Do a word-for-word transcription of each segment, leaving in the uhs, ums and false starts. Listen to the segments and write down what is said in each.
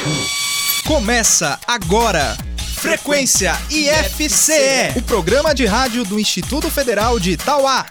Começa agora, Frequência I F C E, o programa de rádio do Instituto Federal de Itauá.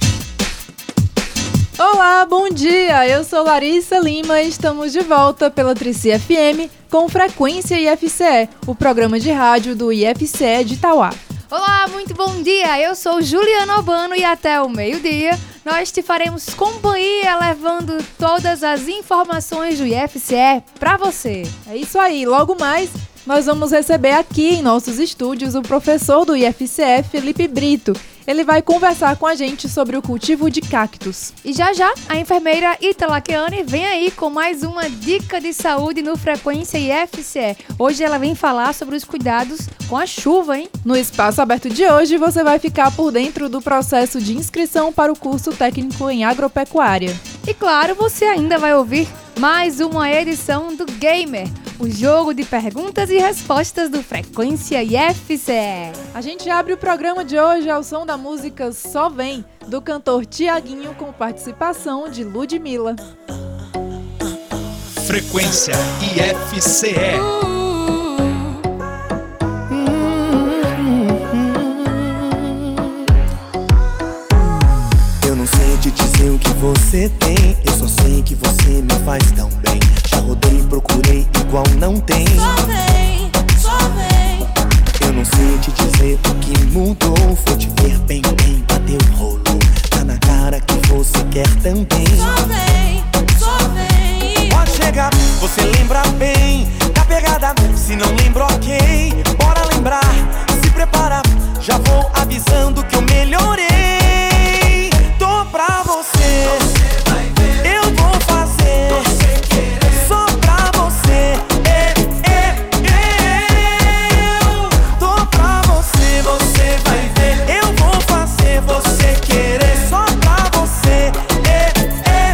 Olá, bom dia! Eu sou Larissa Lima e estamos de volta pela Trici F M com Frequência I F C E, o programa de rádio do I F C E de Itauá. Olá, muito bom dia! Eu sou Juliana Albano e até o meio-dia nós te faremos companhia levando todas as informações do I F C E para você. É isso aí, logo mais nós vamos receber aqui em nossos estúdios o professor do I F C E, Felipe Brito. Ele vai conversar com a gente sobre o cultivo de cactos. E já já, a enfermeira Ítala Keane vem aí com mais uma dica de saúde no Frequência I F C E. Hoje ela vem falar sobre os cuidados com a chuva, hein? No Espaço Aberto de hoje, você vai ficar por dentro do processo de inscrição para o curso técnico em agropecuária. E claro, você ainda vai ouvir mais uma edição do Gamer, o jogo de perguntas e respostas do Frequência I F C E. A gente abre o programa de hoje ao som da música Só Vem, do cantor Tiaguinho, com participação de Ludmilla. Frequência I F C E. Eu não sei te dizer o que você tem, eu só sei que você me faz tão bem. Já rodei, procurei, igual não tem. Só vem, só vem. Eu não sei te dizer o que mudou, foi te ver bem, bem, bateu, rolou. Tá na cara que você quer também. Só vem, só vem. Pode chegar, você lembra bem da pegada, se não lembra ok. Bora lembrar, se prepara, já vou avisando que eu melhorei. Tô pra você, você vai ver. Eu vou fazer, você querer. Só pra você, é, é, é. Eu tô pra você, você vai ver. Eu vou fazer, você querer. Só pra você, é, é,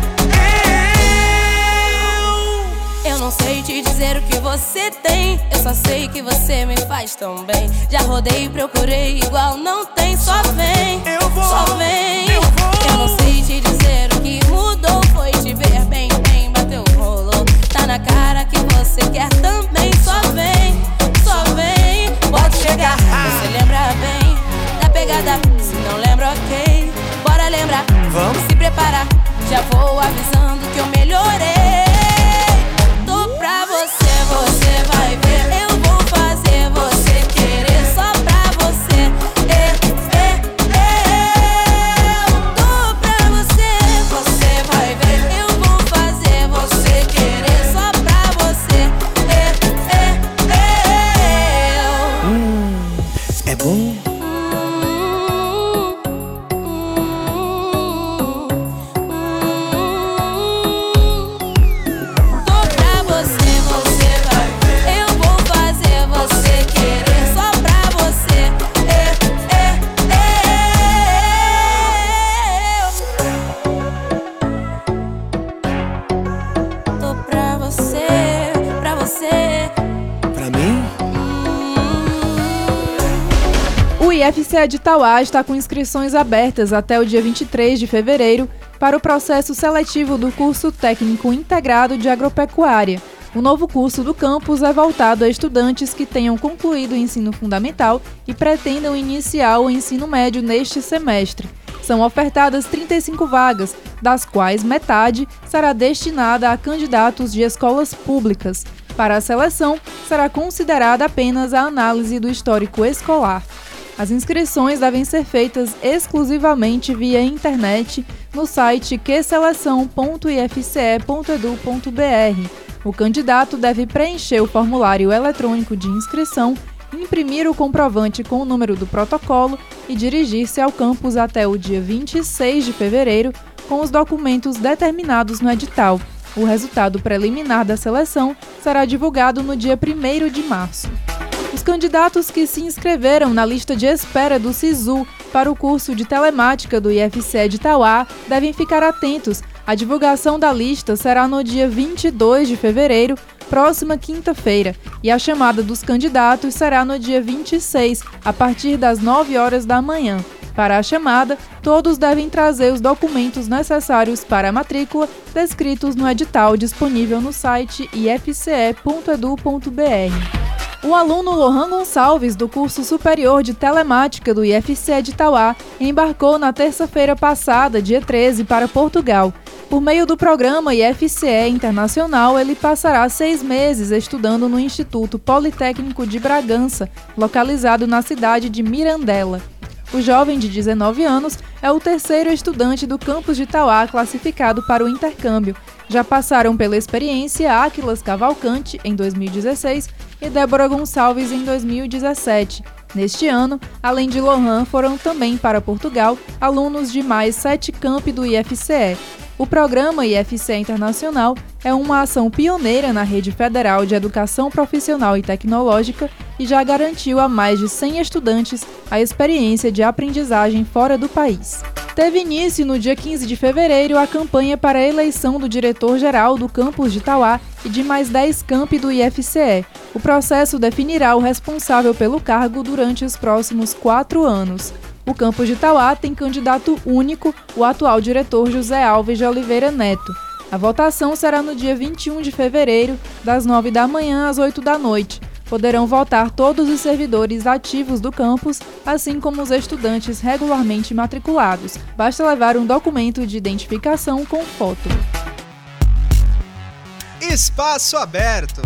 é. Eu não sei te dizer o que você tem, eu só sei que você me faz tão bem. Já rodei, procurei, igual não tem. Só vem, Eu vou, só vem. eu vou. Eu não sei te dizer o que mudou, foi te ver bem, bem, bateu, rolou. Tá na cara que você quer também. Só vem, só vem. Pode chegar, você lembra bem da pegada, se não lembra ok. Bora lembrar, Vamos. se preparar, já vou avisando que eu melhorei. Tô pra você, você vai ver. Eu vou fazer você querer. Só pra você, é, é, é. Eu tô pra você, você vai ver. Eu vou fazer você querer. Só pra você, é, é, é. Hum, é bom. Tô pra você, você vai ver. Eu vou fazer você querer. Só pra você, é, é, é. Tô pra você, pra você. Pra mim? O I F C E de Itauá está com inscrições abertas até o dia vinte e três de fevereiro para o processo seletivo do curso técnico integrado de agropecuária. O novo curso do campus é voltado a estudantes que tenham concluído o ensino fundamental e pretendam iniciar o ensino médio neste semestre. São ofertadas trinta e cinco vagas, das quais metade será destinada a candidatos de escolas públicas. Para a seleção, será considerada apenas a análise do histórico escolar. As inscrições devem ser feitas exclusivamente via internet no site que seleção ponto i f c e ponto e d u ponto b r. O candidato deve preencher o formulário eletrônico de inscrição, imprimir o comprovante com o número do protocolo e dirigir-se ao campus até o dia vinte e seis de fevereiro com os documentos determinados no edital. O resultado preliminar da seleção será divulgado no dia primeiro de março. Os candidatos que se inscreveram na lista de espera do SISU para o curso de telemática do I F C E de Itauá devem ficar atentos. A divulgação da lista será no dia vinte e dois de fevereiro, próxima quinta-feira, e a chamada dos candidatos será no dia vinte e seis, a partir das nove horas da manhã. Para a chamada, todos devem trazer os documentos necessários para a matrícula, descritos no edital disponível no site i f c e ponto e d u ponto b r. O aluno Lohan Gonçalves, do curso superior de telemática do I F C E de Itauá, embarcou na terça-feira passada, dia treze, para Portugal. Por meio do programa I F C E Internacional, ele passará seis meses estudando no Instituto Politécnico de Bragança, localizado na cidade de Mirandela. O jovem de dezenove anos é o terceiro estudante do campus de Itauá classificado para o intercâmbio. Já passaram pela experiência Áquilas Cavalcante, em dois mil e dezesseis, e Débora Gonçalves, em dois mil e dezessete. Neste ano, além de Lohan, foram também para Portugal alunos de mais sete campi do I F C E. O programa I F C E Internacional é uma ação pioneira na rede federal de educação profissional e tecnológica e já garantiu a mais de cem estudantes a experiência de aprendizagem fora do país. Teve início no dia quinze de fevereiro a campanha para a eleição do diretor-geral do campus de Itauá e de mais dez campi do I F C E. O processo definirá o responsável pelo cargo durante os próximos quatro anos. O campus de Itauá tem candidato único, o atual diretor José Alves de Oliveira Neto. A votação será no dia vinte e um de fevereiro, das nove da manhã às oito da noite. Poderão votar todos os servidores ativos do campus, assim como os estudantes regularmente matriculados. Basta levar um documento de identificação com foto. Espaço Aberto.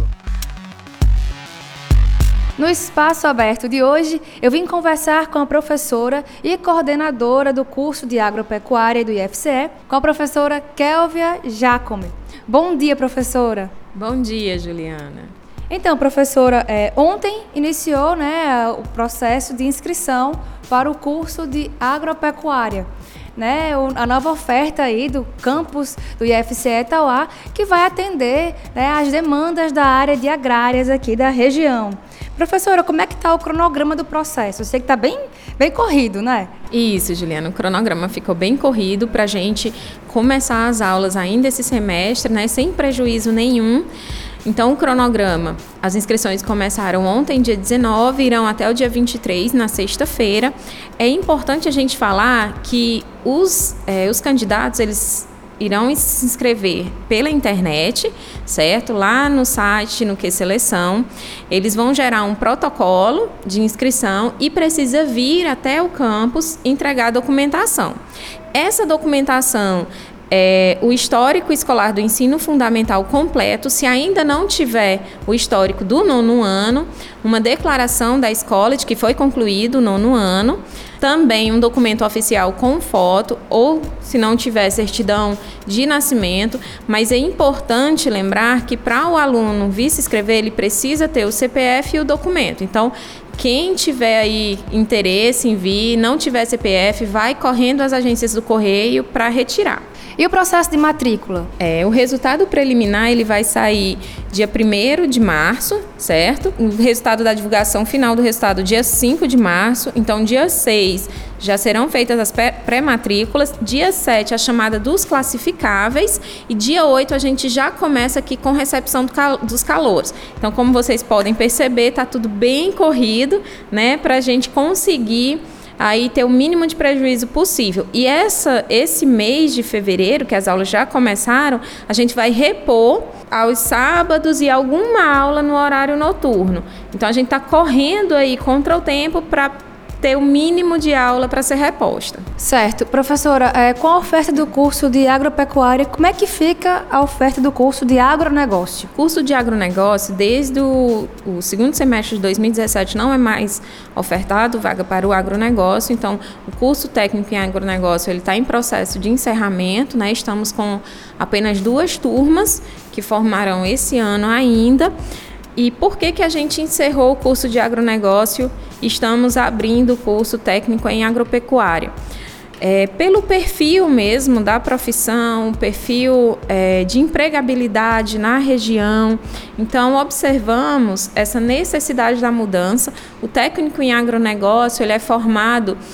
No Espaço Aberto de hoje, eu vim conversar com a professora e coordenadora do curso de agropecuária do I F C E, com a professora Kélvia Jacome. Bom dia, professora. Bom dia, Juliana. Então, professora, é, ontem iniciou, né, o processo de inscrição para o curso de agropecuária. Né, a nova oferta aí do campus do I F C E Itauá, que vai atender, né, as demandas da área de agrárias aqui da região. Professora, como é que está o cronograma do processo? Eu sei que está bem, bem corrido, né? Isso, Juliana, o cronograma ficou bem corrido para a gente começar as aulas ainda esse semestre, né, sem prejuízo nenhum. Então, o cronograma, as inscrições começaram ontem, dia dezenove, irão até o dia vinte e três, na sexta-feira. É importante a gente falar que os, é, os candidatos, eles irão se inscrever pela internet, certo? Lá no site, no Q Seleção, eles vão gerar um protocolo de inscrição e precisa vir até o campus entregar a documentação. Essa documentação É, o histórico escolar do ensino fundamental completo, se ainda não tiver o histórico do nono ano, uma declaração da escola de que foi concluído o nono ano, também um documento oficial com foto, ou se não tiver certidão de nascimento, mas é importante lembrar que para o aluno vir se inscrever, ele precisa ter o C P F e o documento. Então, quem tiver aí interesse em vir, não tiver C P F, vai correndo às agências do Correio para retirar. E o processo de matrícula? É, o resultado preliminar ele vai sair dia primeiro de março, certo? O resultado da divulgação final do resultado dia cinco de março. Então, dia seis já serão feitas as pré-matrículas. Dia sete, a chamada dos classificáveis. E dia oito, a gente já começa aqui com recepção do cal- dos calouros. Então, como vocês podem perceber, está tudo bem corrido, né? Para a gente conseguir aí ter o mínimo de prejuízo possível. E essa, esse mês de fevereiro, que as aulas já começaram, a gente vai repor aos sábados e alguma aula no horário noturno. Então, a gente está correndo aí contra o tempo para ter o mínimo de aula para ser reposta. Certo. Professora, é, com a oferta do curso de agropecuária, como é que fica a oferta do curso de agronegócio? O curso de agronegócio, desde o, o segundo semestre de dois mil e dezessete, não é mais ofertado vaga para o agronegócio. Então, o curso técnico em agronegócio está em processo de encerramento, né? Estamos com apenas duas turmas que formarão esse ano ainda. E por que que a gente encerrou o curso de agronegócio? Estamos abrindo o curso técnico em agropecuária. É, pelo perfil mesmo da profissão, perfil é, de empregabilidade na região. Então, observamos essa necessidade da mudança. O técnico em agronegócio ele é formado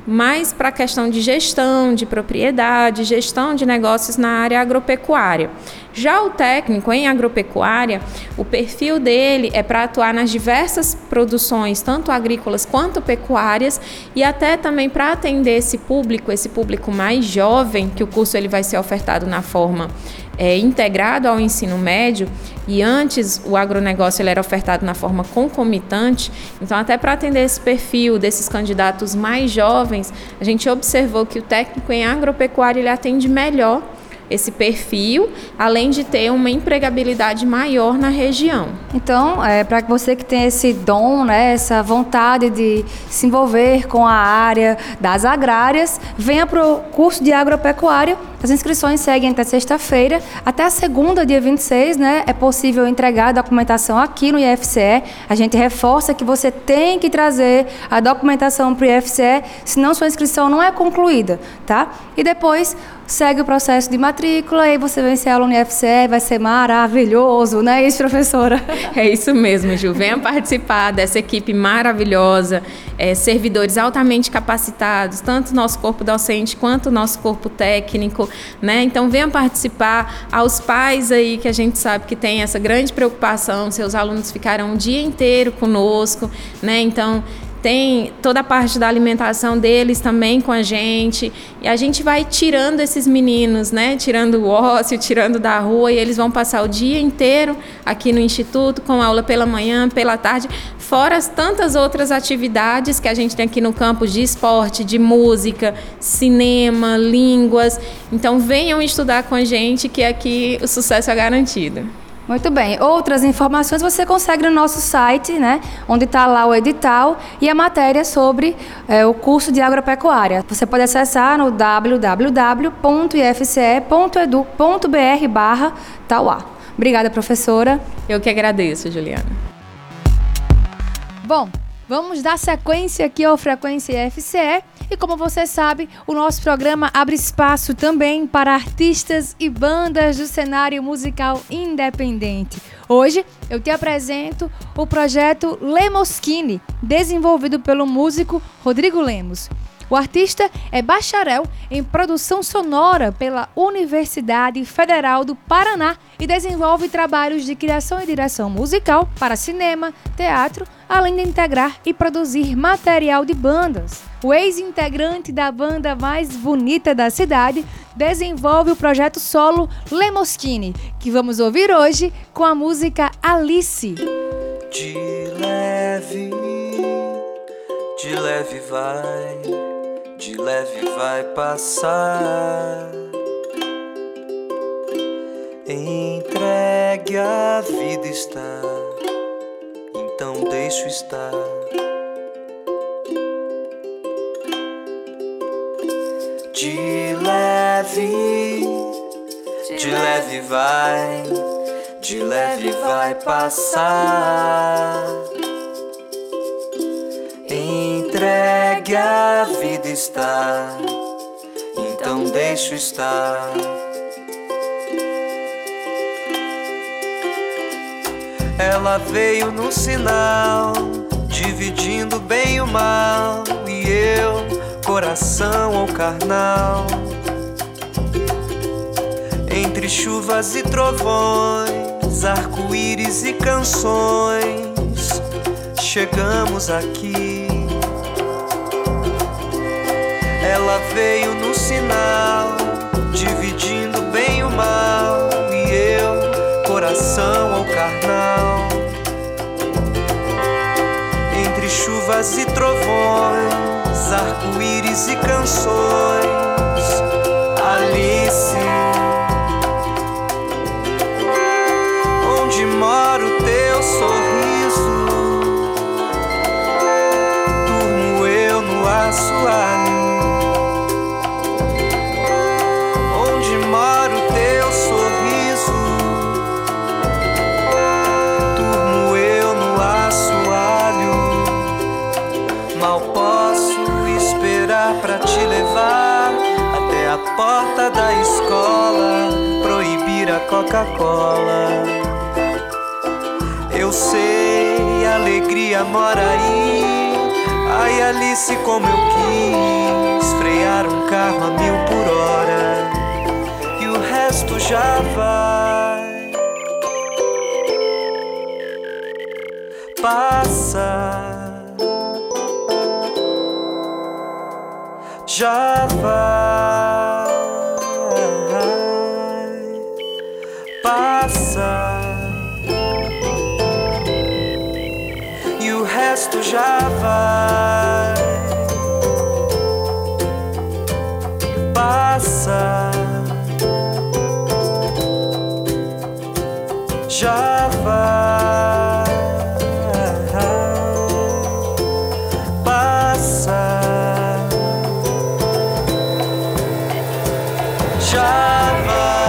mais para a questão de gestão de propriedade, gestão de negócios na área agropecuária. Já o técnico em agropecuária, o perfil dele é para atuar nas diversas produções, tanto agrícolas quanto pecuárias, e até também para atender esse público, esse público mais jovem, que o curso ele vai ser ofertado na forma é, integrado ao ensino médio, e antes o agronegócio ele era ofertado na forma concomitante. Então, até para atender esse perfil desses candidatos mais jovens, a gente observou que o técnico em agropecuária ele atende melhor esse perfil, além de ter uma empregabilidade maior na região. Então, é, para você que tem esse dom, né, essa vontade de se envolver com a área das agrárias, venha para o curso de agropecuária. As inscrições seguem até sexta-feira. Até a segunda, dia vinte e seis, né, é possível entregar a documentação aqui no I F C E. A gente reforça que você tem que trazer a documentação para o I F C E, senão sua inscrição não é concluída, tá? E depois segue o processo de matrícula e você vem ser aluno I F C E, vai ser maravilhoso, não é isso, professora? É isso mesmo, Ju. Venha participar dessa equipe maravilhosa, é, servidores altamente capacitados, tanto nosso corpo docente quanto o nosso corpo técnico, né? Então venha participar. Aos pais aí que a gente sabe que tem essa grande preocupação, seus alunos ficarão o dia inteiro conosco, né? Então tem toda a parte da alimentação deles também com a gente, e a gente vai tirando esses meninos, né, tirando o ócio, tirando da rua, e eles vão passar o dia inteiro aqui no Instituto, com aula pela manhã, pela tarde, fora as tantas outras atividades que a gente tem aqui no campus de esporte, de música, cinema, línguas. Então venham estudar com a gente, que aqui o sucesso é garantido. Muito bem. Outras informações você consegue no nosso site, né, onde está lá o edital e a matéria sobre é, o curso de agropecuária. Você pode acessar no w w w ponto i f c e ponto edu ponto b r barra Tauá. Obrigada, professora. Eu que agradeço, Juliana. Bom, vamos dar sequência aqui ao Frequência I F C E. E como você sabe, o nosso programa abre espaço também para artistas e bandas do cenário musical independente. Hoje eu te apresento o projeto Lemoschini, desenvolvido pelo músico Rodrigo Lemos. O artista é bacharel em produção sonora pela Universidade Federal do Paraná e desenvolve trabalhos de criação e direção musical para cinema, teatro, além de integrar e produzir material de bandas. O ex-integrante da banda mais bonita da cidade desenvolve o projeto solo Lemoschini, que vamos ouvir hoje com a música Alice. De leve, de leve vai, de leve vai passar. Entregue a vida está, então deixo estar. De leve, de leve vai, de leve vai passar. Entregue a vida está, então deixo estar. Ela veio no sinal, dividindo bem e o mal, e eu, coração ou carnal. Entre chuvas e trovões, arco-íris e canções, chegamos aqui. Ela veio no sinal, dividindo bem e o mal, e eu, coração ou carnal. Entre chuvas e trovões, arco-íris e canções, Alice, onde mora o teu sorriso, durmo eu no assoalho. Onde mora o teu sorriso, durmo eu no assoalho. Mal posso esperar pra te levar até a porta da escola, proibir a Coca-Cola. Eu sei, a alegria mora aí, Ai, Alice, como eu quis frear um carro a mil por hora, e o resto já vai. Passa, já vai. Passa, e o resto já vai. Passa, já vai. Passa, já vai.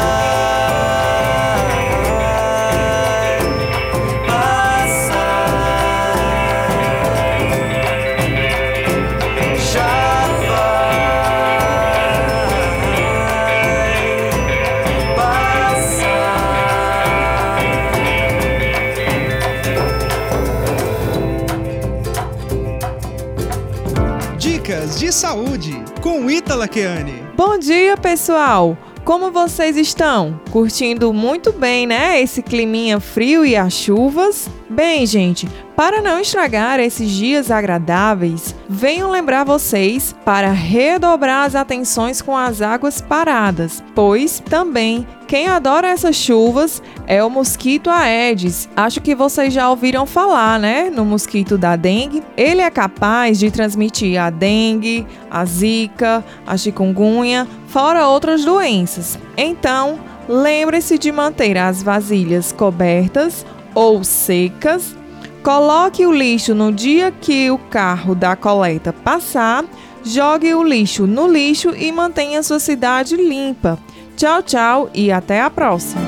Dicas de saúde com Ítala Keane. Bom dia, pessoal! Como vocês estão? Curtindo muito bem, né? Esse climinha frio e as chuvas? Bem, gente, para não estragar esses dias agradáveis, venho lembrar vocês para redobrar as atenções com as águas paradas, pois também quem adora essas chuvas é o mosquito Aedes. Acho que vocês já ouviram falar, né, no mosquito da dengue. Ele é capaz de transmitir a dengue, a zika, a chikungunya, fora outras doenças. Então, lembre-se de manter as vasilhas cobertas ou secas. Coloque o lixo no dia que o carro da coleta passar. Jogue o lixo no lixo e mantenha sua cidade limpa. Tchau, tchau e até a próxima.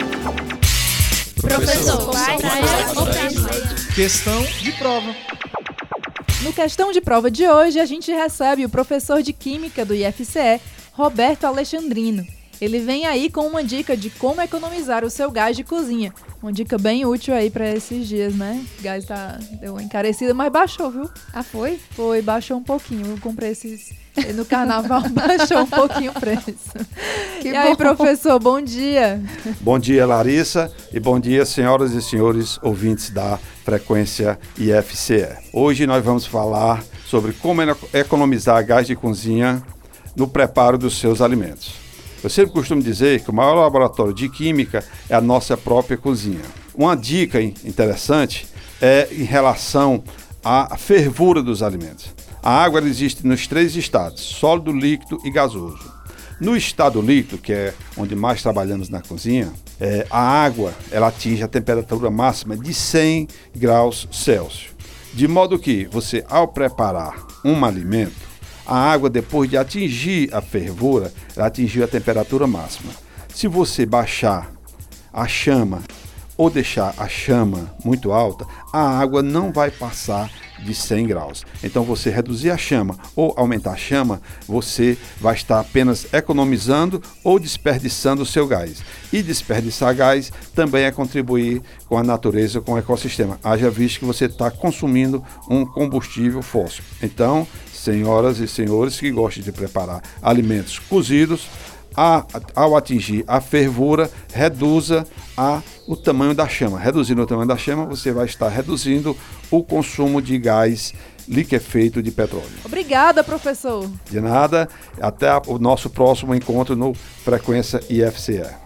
Professor, Questão de prova. No Questão de Prova de hoje, a gente recebe o professor de Química do I F C E, Roberto Alexandrino. Ele vem aí com uma dica de como economizar o seu gás de cozinha. Uma dica bem útil aí pra esses dias, né? O gás tá, deu uma encarecida, mas baixou, viu? Ah, foi? Foi, baixou um pouquinho. Eu comprei esses... No carnaval baixou um pouquinho o preço. Que e bom. aí, professor, bom dia. Bom dia, Larissa, e bom dia, senhoras e senhores ouvintes da Frequência I F C E. Hoje nós vamos falar sobre como economizar gás de cozinha no preparo dos seus alimentos. Eu sempre costumo dizer que o maior laboratório de química é a nossa própria cozinha. Uma dica interessante é em relação à fervura dos alimentos. A água existe nos três estados, sólido, líquido e gasoso. No estado líquido, que é onde mais trabalhamos na cozinha, é, a água ela atinge a temperatura máxima de cem graus Celsius. De modo que você, ao preparar um alimento, a água, depois de atingir a fervura, ela atingiu a temperatura máxima. Se você baixar a chama ou deixar a chama muito alta, a água não vai passar de cem graus. Então, você reduzir a chama ou aumentar a chama, você vai estar apenas economizando ou desperdiçando o seu gás. E desperdiçar gás também é contribuir com a natureza, com o ecossistema. Haja visto que você está consumindo um combustível fóssil. Então, senhoras e senhores que gostam de preparar alimentos cozidos, A, ao atingir a fervura, reduza a, o tamanho da chama. Reduzindo o tamanho da chama, você vai estar reduzindo o consumo de gás liquefeito de petróleo. Obrigada, professor. De nada, até a, o nosso próximo encontro no Frequência I F C E.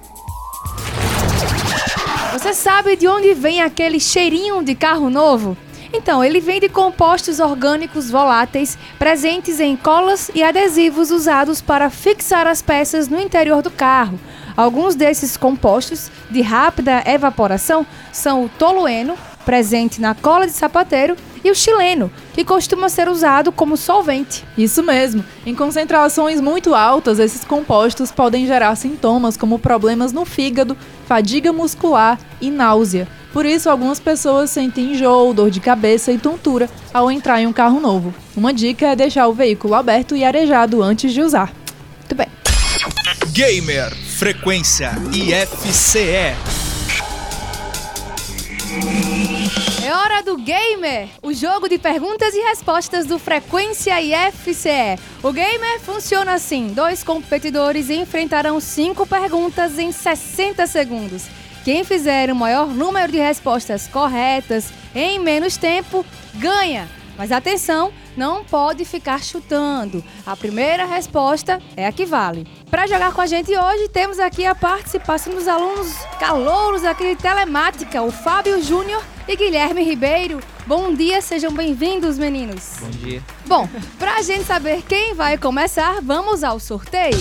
Você sabe de onde vem aquele cheirinho de carro novo? Então, ele vem de compostos orgânicos voláteis presentes em colas e adesivos usados para fixar as peças no interior do carro. Alguns desses compostos de rápida evaporação são o tolueno, presente na cola de sapateiro, e o xileno, que costuma ser usado como solvente. Isso mesmo. Em concentrações muito altas, esses compostos podem gerar sintomas como problemas no fígado, fadiga muscular e náusea. Por isso, algumas pessoas sentem enjoo, dor de cabeça e tontura ao entrar em um carro novo. Uma dica é deixar o veículo aberto e arejado antes de usar. Muito bem. Gamer Frequência I F C E. É hora hora do Gamer, o jogo de perguntas e respostas do Frequência I F C E. O Gamer funciona assim: dois competidores enfrentarão cinco perguntas em sessenta segundos. Quem fizer o maior número de respostas corretas em menos tempo, ganha. Mas atenção, não pode ficar chutando. A primeira resposta é a que vale. Para jogar com a gente hoje, temos aqui a participação dos alunos calouros aqui de telemática, o Fábio Júnior e Guilherme Ribeiro. Bom dia, sejam bem-vindos, meninos. Bom dia. Bom, para a gente saber quem vai começar, vamos ao sorteio.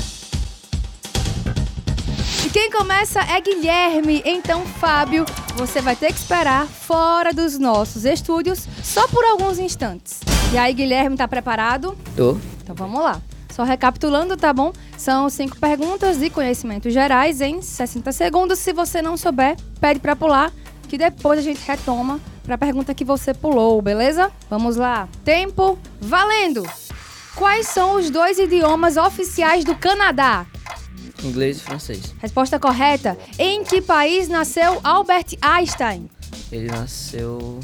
E quem começa é Guilherme, então Fábio, você vai ter que esperar fora dos nossos estúdios só por alguns instantes. E aí, Guilherme, tá preparado? Tô. Então vamos lá. Só recapitulando, tá bom? São cinco perguntas de conhecimentos gerais em sessenta segundos. Se você não souber, pede pra pular, que depois a gente retoma pra pergunta que você pulou, beleza? Vamos lá. Tempo valendo! Quais são os dois idiomas oficiais do Canadá? Inglês e francês. Resposta correta. Em que país nasceu Albert Einstein? Ele nasceu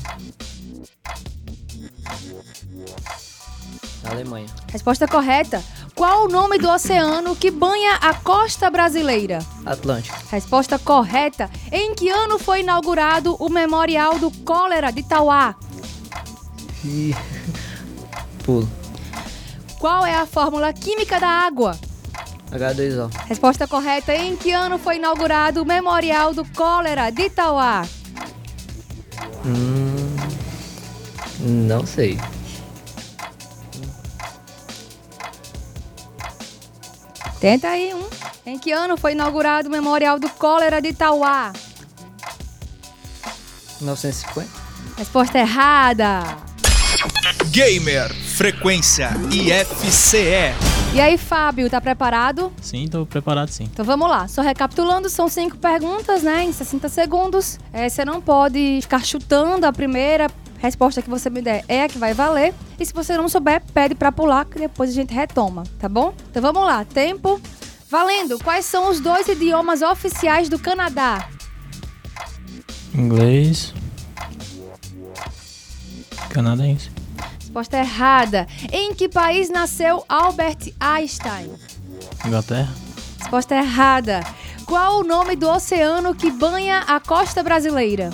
na Alemanha. Resposta correta. Qual o nome do oceano que banha a costa brasileira? Atlântico. Resposta correta. Em que ano foi inaugurado o Memorial do Cólera de Itauá? E... Pulo. Qual é a fórmula química da água? H dois O. Resposta correta. Em que ano foi inaugurado o Memorial do Cólera de Itauá? Hum... Não sei. Tenta aí um. Em que ano foi inaugurado o Memorial do Cólera de Itauá? mil novecentos e cinquenta. Resposta errada. Gamer Frequência I F C E. E aí, Fábio, tá preparado? Sim, tô preparado sim. Então vamos lá. Só recapitulando, são cinco perguntas, né? Em sessenta segundos. É, você não pode ficar chutando a primeira resposta que você me der. É a que vai valer. E se você não souber, pede pra pular, que depois a gente retoma, tá bom? Então vamos lá. Tempo valendo. Quais são os dois idiomas oficiais do Canadá? Inglês. Canadense. Resposta errada. Em que país nasceu Albert Einstein? Inglaterra. Resposta errada. Qual o nome do oceano que banha a costa brasileira?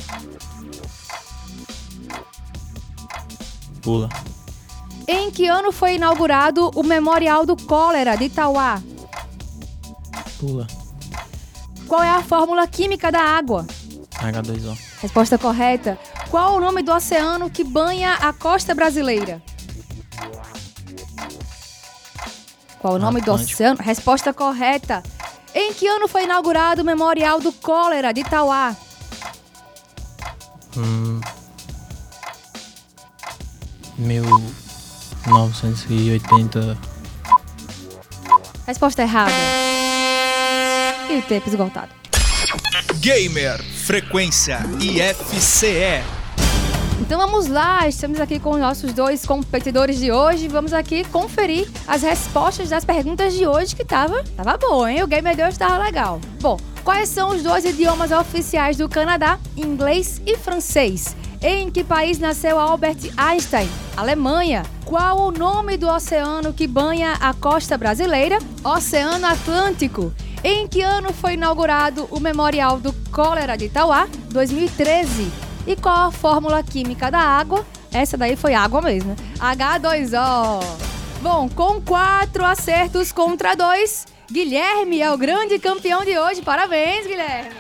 Pula. Em que ano foi inaugurado o Memorial do Cólera de Itauá? Pula. Qual é a fórmula química da água? H dois O. Resposta correta. Qual o nome do oceano que banha a costa brasileira? Qual o nome Atlântico. do oceano? Resposta correta. Em que ano foi inaugurado o Memorial do Cólera de Itauá? Hum... mil novecentos e oitenta. Resposta errada. E o tempo esgotado. Gamer Frequência I F C E. Então vamos lá, estamos aqui com os nossos dois competidores de hoje. Vamos aqui conferir as respostas das perguntas de hoje, que tava, tava boa, hein? O Gamer de hoje tava legal. Bom, quais são os dois idiomas oficiais do Canadá? Inglês e francês. Em que país nasceu Albert Einstein? Alemanha. Qual o nome do oceano que banha a costa brasileira? Oceano Atlântico. Em que ano foi inaugurado o Memorial do Cólera de Itauá? dois mil e treze. E qual a fórmula química da água? Essa daí foi água mesmo. H dois O. Bom, com quatro acertos contra dois, Guilherme é o grande campeão de hoje. Parabéns, Guilherme.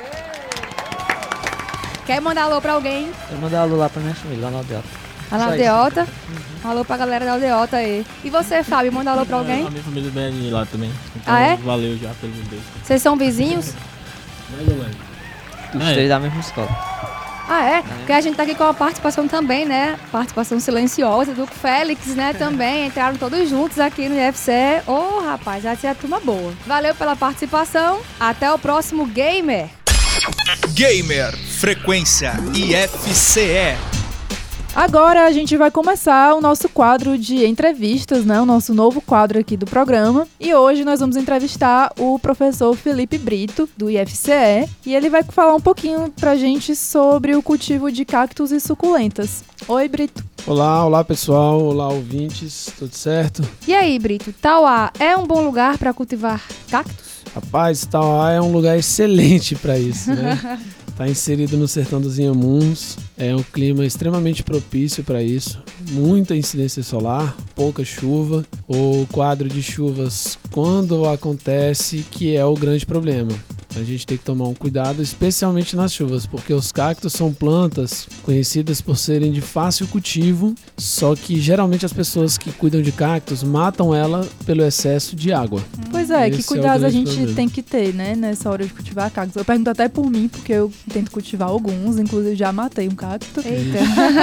Quer mandar alô pra alguém? Eu mandei alô lá pra minha família, lá na Aldeota. Lá na Aldeota? Um alô pra galera da Aldeota aí. E você, Fábio, manda alô pra alguém? A minha família é de lá também. Então, Ah, é? valeu já pelos dois. Vocês são vizinhos? Mais ou menos. Os É. três da mesma escola. Ah, é? Porque a gente tá aqui com a participação também, né? Participação silenciosa do Félix, né? Também entraram todos juntos aqui no I F C E. Ô, oh, rapaz, já tinha turma boa. Valeu pela participação. Até o próximo Gamer. Gamer Frequência I F C E. Agora a gente vai começar o nosso quadro de entrevistas, né? O nosso novo quadro aqui do programa. E hoje nós vamos entrevistar o professor Felipe Brito, do I F C E, e ele vai falar um pouquinho pra gente sobre o cultivo de cactos e suculentas. Oi, Brito. Olá, olá pessoal, olá ouvintes, tudo certo? E aí, Brito, Tauá é um bom lugar para cultivar cactos? Rapaz, Tauá é um lugar excelente para isso, né? Está inserido no sertão dos Inhamuns, é um clima extremamente propício para isso, muita incidência solar, pouca chuva, o quadro de chuvas quando acontece que é o grande problema. A gente tem que tomar um cuidado, especialmente nas chuvas, porque os cactos são plantas conhecidas por serem de fácil cultivo, só que geralmente as pessoas que cuidam de cactos matam ela pelo excesso de água. Pois é, Esse que cuidados é a gente problema. tem que ter, né, nessa hora de cultivar cactos. Eu pergunto até por mim, porque eu tento cultivar alguns, inclusive já matei um cacto. Eita!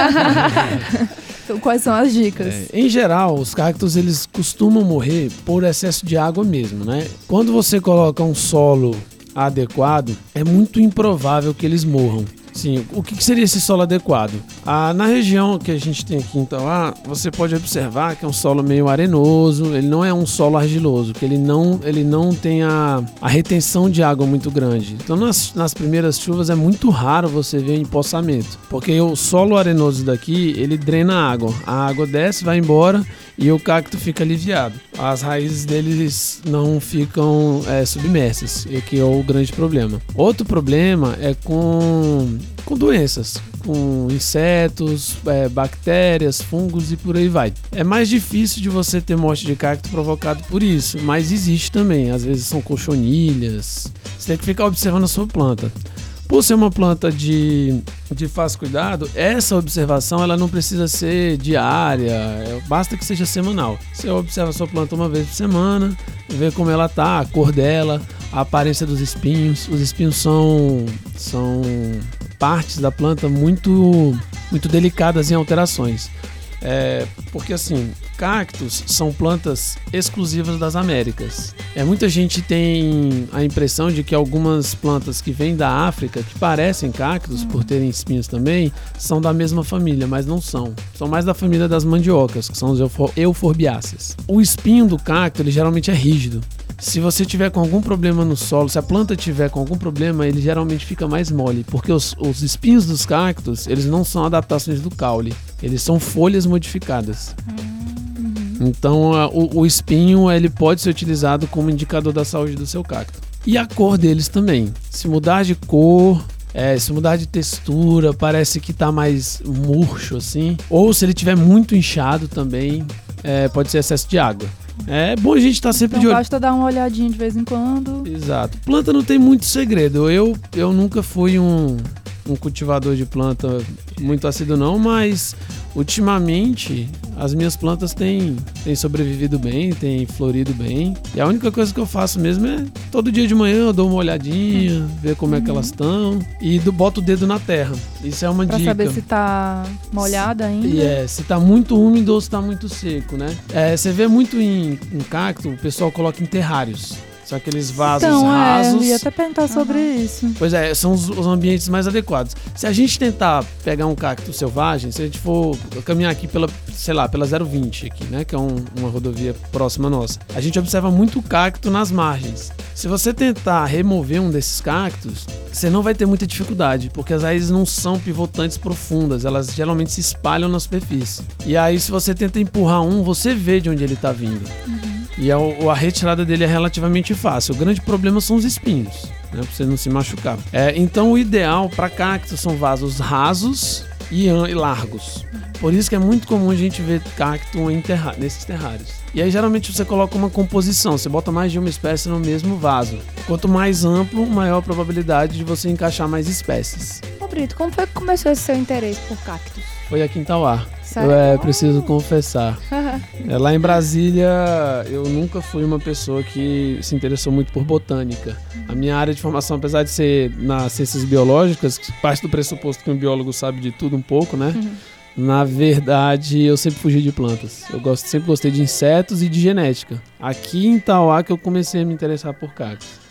Então, quais são as dicas? É, em geral, os cactos eles costumam morrer por excesso de água mesmo, né? Quando você coloca um solo adequado, é muito improvável que eles morram. Sim, o que seria esse solo adequado? Ah, na região que a gente tem aqui em Tauá, você pode observar que é um solo meio arenoso, ele não é um solo argiloso, que ele não, ele não tem a, a retenção de água muito grande. Então nas, nas primeiras chuvas é muito raro você ver empoçamento, porque o solo arenoso daqui, ele drena a água. A água desce, vai embora e o cacto fica aliviado. As raízes deles não ficam é, submersas, e que é o grande problema. Outro problema é com, com doenças, com insetos, é, bactérias, fungos e por aí vai. É mais difícil de você ter morte de cacto provocado por isso, mas existe também. Às vezes são cochonilhas. Você tem que ficar observando a sua planta. Por ser uma planta de, de fácil cuidado, essa observação ela não precisa ser diária, basta que seja semanal. Você observa a sua planta uma vez por semana, vê como ela tá, a cor dela, a aparência dos espinhos. Os espinhos são, são partes da planta muito, muito delicadas em alterações. É, porque assim, cactos são plantas exclusivas das Américas. É, muita gente tem a impressão de que algumas plantas que vêm da África, que parecem cactos por terem espinhos também, são da mesma família, mas não são. São mais da família das mandiocas, que são os eufor- euforbiáceas. O espinho do cacto, ele geralmente é rígido. Se você tiver com algum problema no solo, se a planta tiver com algum problema, ele geralmente fica mais mole, porque os, os espinhos dos cactos, eles não são adaptações do caule, eles são folhas modificadas. Uhum. Então a, o, o espinho ele pode ser utilizado como indicador da saúde do seu cacto. E a cor deles também. Se mudar de cor, é, se mudar de textura, parece que tá mais murcho assim, ou se ele tiver muito inchado também, é, pode ser excesso de água. É bom a gente estar tá sempre então de olho. Basta dar uma olhadinha de vez em quando. Exato. Planta não tem muito segredo. Eu, eu nunca fui um, um cultivador de planta muito assíduo não, mas ultimamente as minhas plantas têm, têm sobrevivido bem, têm florido bem. E a única coisa que eu faço mesmo é todo dia de manhã eu dou uma olhadinha, ver como é que elas estão e do, boto o dedo na terra. Isso é uma pra dica. Pra saber se tá molhada ainda. E é, se tá muito úmido ou se tá muito seco, né? É, você vê muito em, em cacto, o pessoal coloca em terrários. São aqueles vasos então, rasos. É, eu ia até perguntar sobre uhum. isso. Pois é, são os, os ambientes mais adequados. Se a gente tentar pegar um cacto selvagem, se a gente for caminhar aqui pela, sei lá, pela zero vinte aqui, né, que é um, uma rodovia próxima nossa, a gente observa muito cacto nas margens. Se você tentar remover um desses cactos, você não vai ter muita dificuldade, porque as raízes não são pivotantes profundas, elas geralmente se espalham na superfície. E aí, se você tenta empurrar um, você vê de onde ele está vindo. Uhum. E a, a retirada dele é relativamente fácil. O grande problema são os espinhos, né, para você não se machucar. É, então, o ideal para cactos são vasos rasos e, e largos. Por isso que é muito comum a gente ver cacto em terra, nesses terrários. E aí, geralmente, você coloca uma composição. Você bota mais de uma espécie no mesmo vaso. Quanto mais amplo, maior a probabilidade de você encaixar mais espécies. Ô Brito, como foi que começou esse seu interesse por cactos? Foi aqui em Tauá. Sério? Eu é, preciso confessar. É, lá em Brasília, eu nunca fui uma pessoa que se interessou muito por botânica. A minha área de formação, apesar de ser nas ciências biológicas, que parte do pressuposto que um biólogo sabe de tudo um pouco, né? Uhum. Na verdade, eu sempre fugi de plantas. Eu gosto, sempre gostei de insetos e de genética. Aqui em Tauá que eu comecei a me interessar por cactos.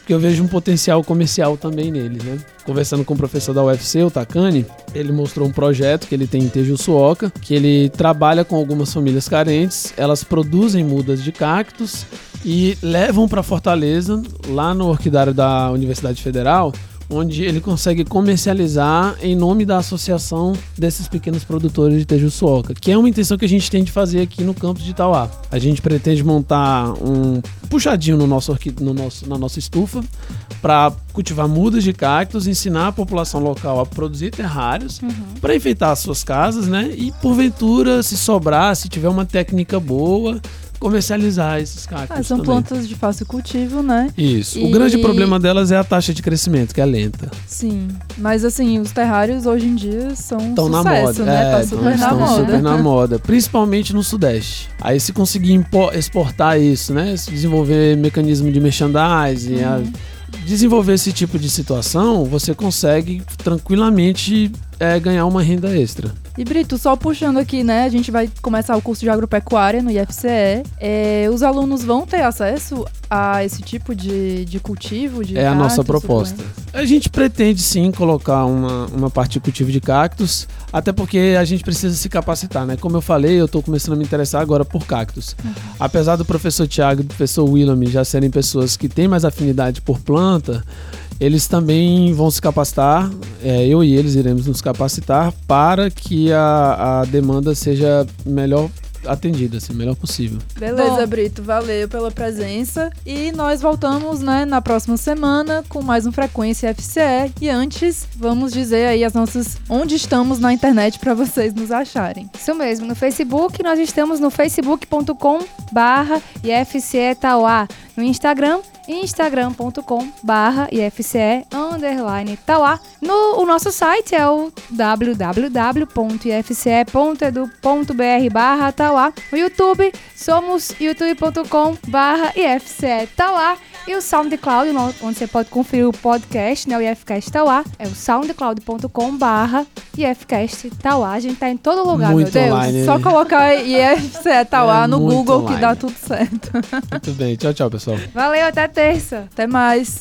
porque eu vejo um potencial comercial também neles, né? Conversando com o professor da U F C, o Takani, ele mostrou um projeto que ele tem em Tejuçuoca, que ele trabalha com algumas famílias carentes, elas produzem mudas de cactos e levam para Fortaleza, lá no orquidário da Universidade Federal, onde ele consegue comercializar em nome da associação desses pequenos produtores de Tejuçuoca, que é uma intenção que a gente tem de fazer aqui no campus de Itauá. A gente pretende montar um puxadinho no nosso, no nosso, na nossa estufa para cultivar mudas de cactos, ensinar a população local a produzir terrários uhum. para enfeitar as suas casas, né? E porventura, se sobrar, se tiver uma técnica boa, comercializar esses cactos ah, são também. Plantas de fácil cultivo, né? Isso. E... O grande problema delas é a taxa de crescimento, que é lenta. Sim. Mas assim, os terrários hoje em dia são um tão sucesso, na moda. né? É, tá super estão na moda. super na moda. Principalmente no Sudeste. Aí se conseguir impo- exportar isso, né? Se desenvolver mecanismo de merchandising, uhum. a... desenvolver esse tipo de situação, você consegue tranquilamente é, ganhar uma renda extra. E Brito, só puxando aqui, né, a gente vai começar o curso de agropecuária no I F C E. É, os alunos vão ter acesso a esse tipo de, de cultivo? De é cactos, a nossa proposta. A gente pretende sim colocar uma, uma parte de cultivo de cactos, até porque a gente precisa se capacitar, né? Como eu falei, eu estou começando a me interessar agora por cactos. Uhum. Apesar do professor Tiago e do professor Willam já serem pessoas que têm mais afinidade por planta, eles também vão se capacitar, é, eu e eles iremos nos capacitar para que a, a demanda seja melhor atendida, assim, melhor possível. Beleza, Bom. Brito, valeu pela presença e nós voltamos, né, na próxima semana com mais um Frequência F C E e antes vamos dizer aí as nossas onde estamos na internet para vocês nos acharem. Isso mesmo, no Facebook nós estamos no facebook ponto com barra I F C E Tauá, no Instagram instagram ponto com barra I F C E underline Tauá. No o nosso site é o w w w ponto i f c e ponto e d u ponto b r barra Tauá. No YouTube somos youtube ponto com barra I F C E Tauá e o SoundCloud, onde você pode conferir o podcast, né, o IFCast Tauá, é o soundcloud ponto com barra IFCast Tauá. A gente tá em todo lugar, muito meu Deus. Online. Só colocar I F C E Tauá É no muito Google online. que dá tudo certo. Muito bem, tchau, tchau, pessoal. Valeu, até terça. Até mais.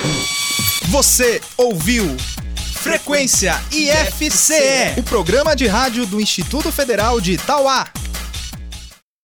Você ouviu Frequência I F C E, o programa de rádio do Instituto Federal de Itauá.